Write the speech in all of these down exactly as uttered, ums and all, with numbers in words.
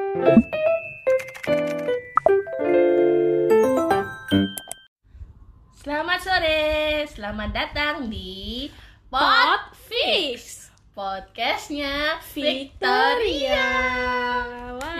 Selamat sore, selamat datang di Podfix, podcastnya Victoria. Wah.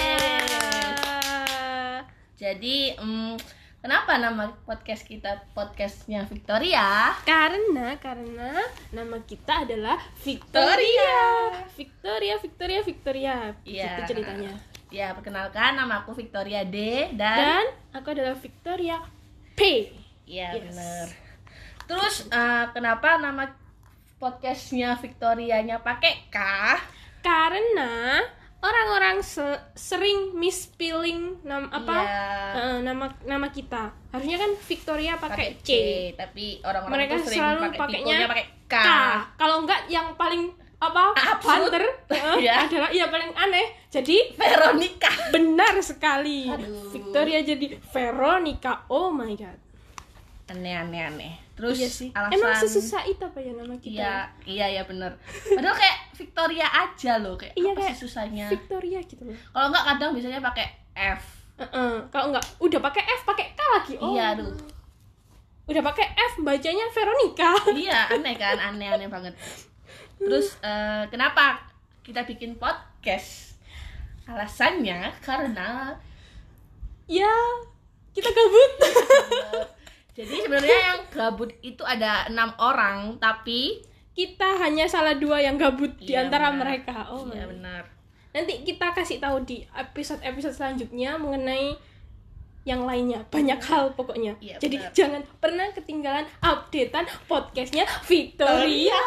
Yeay. Jadi, um, kenapa nama podcast kita podcastnya Victoria? Karena karena nama kita adalah Victoria. Victoria, Victoria, Victoria. Iya. Itu ceritanya. Ya, perkenalkan, nama aku Victoria D dan, Dan aku adalah Victoria P. Iya, Yes. bener. Terus uh, kenapa nama podcastnya Victorianya pakai K? Karena orang-orang se- sering misspelling nama apa? Iya. Eh, nama nama kita. Harusnya kan Victoria pakai C. Tapi orang-orang Mereka tuh sering selalu pakai pakainya tipenya pakai K. K. Kalau enggak yang paling apa? Absurd. Banter eh, Ya. adalah ya paling aneh. Jadi Veronica. benar sekali. Aduh. Victoria jadi Veronica. Oh my god. Aneh-aneh aneh. Terus Iya sih. alasan Emang sesusah itu apa ya nama kita? Iya, iya ya bener. Padahal kayak Victoria aja loh, kayak Iya, apa kayak sih susahnya? Victoria gitu loh. Kalau enggak kadang biasanya pakai F. Heeh. Kalau enggak udah pakai F pakai K lagi. Oh. Iya, aduh. Udah pakai F bacanya Veronica. Iya, aneh kan? Aneh-aneh banget. Terus eh, kenapa kita bikin podcast? Alasannya karena Ya, kita gabut. jadi sebenarnya yang gabut itu ada enam orang, tapi Kita hanya salah dua yang gabut di Iya, antara benar. mereka. Oh iya my. benar. Nanti kita kasih tahu di episode-episode selanjutnya mengenai yang lainnya. Banyak hal pokoknya. Iya, Jadi benar. jangan pernah ketinggalan updatean podcastnya Victoria.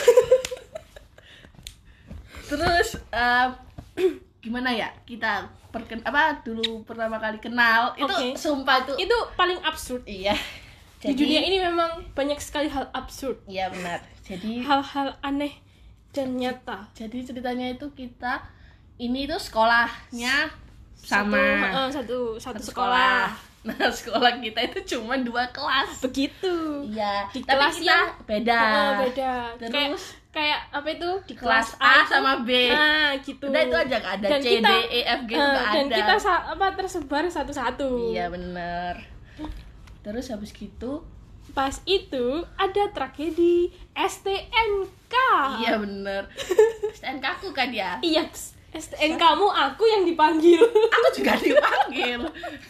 Terus eh, gimana ya kita perken apa dulu pertama kali kenal itu Oke. sumpah tuh Itu paling absurd. iya. Di dunia ini memang banyak sekali hal absurd. Iya benar. Jadi Hal-hal aneh dan nyata. jadi ceritanya itu kita ini tuh sekolahnya sama Satu, eh, satu, satu sekolah. Nah, sekolah kita itu cuma dua kelas. Begitu. Iya, Di tapi kelas kita yang beda. Oh, beda. Terus kayak, kayak apa itu di kelas kelas, A itu- sama B. Nah, gitu. Udah itu aja, nggak ada Dan C, kita, D, E, F, G itu eh, nggak Dan ada. kita sa- apa tersebar satu-satu. Iya bener. Terus habis gitu Pas itu ada tragedi S T N K. iya bener. S T N K aku kan ya. Iya, S T N kamu aku yang dipanggil. Aku juga dipanggil.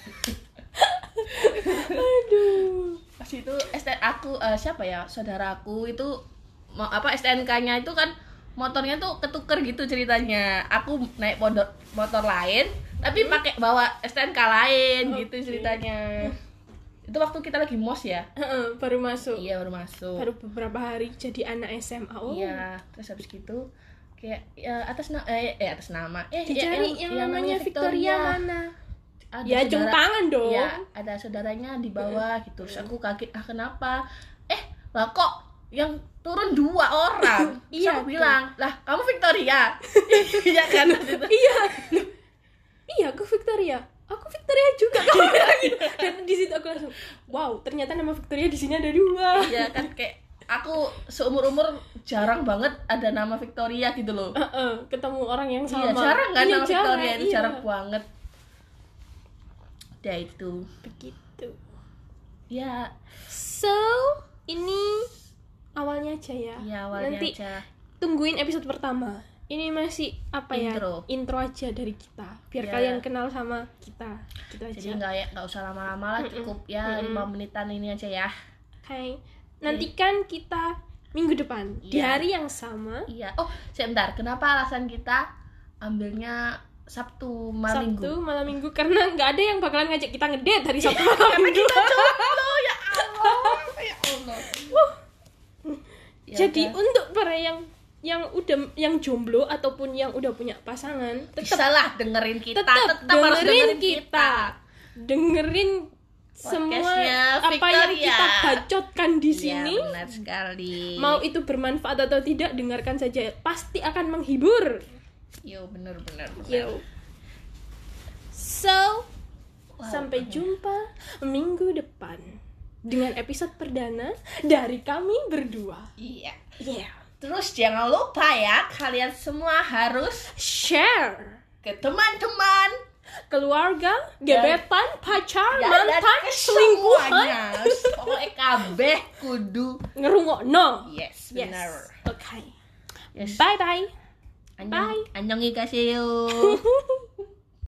Aduh. Pas itu S T N aku eh, siapa ya saudaraku itu mau apa S T N K-nya itu kan motornya tuh ketuker gitu ceritanya. Aku naik motor motor lain tapi pakai bawa S T N K lain gitu Oke. ceritanya. Itu waktu kita lagi mos ya. Heeh, baru masuk. Iya baru masuk. Baru beberapa hari jadi anak S M A. Oh. Iya, terus habis gitu kayak ya, atas na eh, eh atas nama eh Dicari ya, yang, namanya Victoria, mana? Ada Ya, jam saudara- tangan dong. Iya, ada saudaranya di bawah gitu. Terus aku kaget, ah kenapa? Eh, lah kok yang turun dua orang? Terus Iya, aku bilang, lah kamu Victoria. Iya kan waktu itu. Iya. Loh, iya, aku Victoria. Aku Victoria juga. Kamu bilang gitu. Dan di situ aku langsung, wow, ternyata nama Victoria di sini ada dua. Iya kan kayak aku seumur-umur jarang banget ada nama Victoria gitu loh. Heeh, ketemu orang yang sama. Iya, jarang kan Iya, nama Victoria itu iya. jarang banget. Ya itu. Begitu. Ya, So, ini awalnya aja ya. ya awalnya Nanti aja. tungguin episode pertama. Ini masih apa Intro. ya? Intro aja dari kita. Biar Ya. kalian kenal sama kita. Gitu aja. Jadi nggak ya nggak usah lama-lama lah, cukup ya Mm-mm. lima menitan ini aja ya. Oke. Nantikan kita minggu depan di Iya. hari yang sama. Iya. Oh, sebentar. Kenapa alasan kita ambilnya Sabtu malam Sabtu Minggu? malam minggu karena nggak ada yang bakalan ngajak kita ngedate hari Sabtu malam minggu. Jomblo ya Allah. Ya Allah. Ya Jadi udah. untuk para yang yang udah yang jomblo ataupun yang udah punya pasangan, tetap bisa lah dengerin kita, tetap tetap harus dengerin kita. kita. Dengerin semua Podcastnya apa yang Victoria. kita bacotkan di sini. Ya, benar sekali. Mau itu bermanfaat atau tidak, dengarkan saja. Pasti akan menghibur. Yo, bener bener. bener. Yo. So, Wow. sampai jumpa minggu depan dengan episode perdana dari kami berdua. Iya. Yeah. Terus jangan lupa ya, kalian semua harus Share ke teman-teman, keluarga, gebetan, pacar, ya, dan mantan, ke selingkuhan. semuanya. Pokoknya kabeh kudu Ngerungokno. yes, Yes. benar. Oke. Yes. Bye bye. Annyeong, Bye. annyeonghi gaseyo.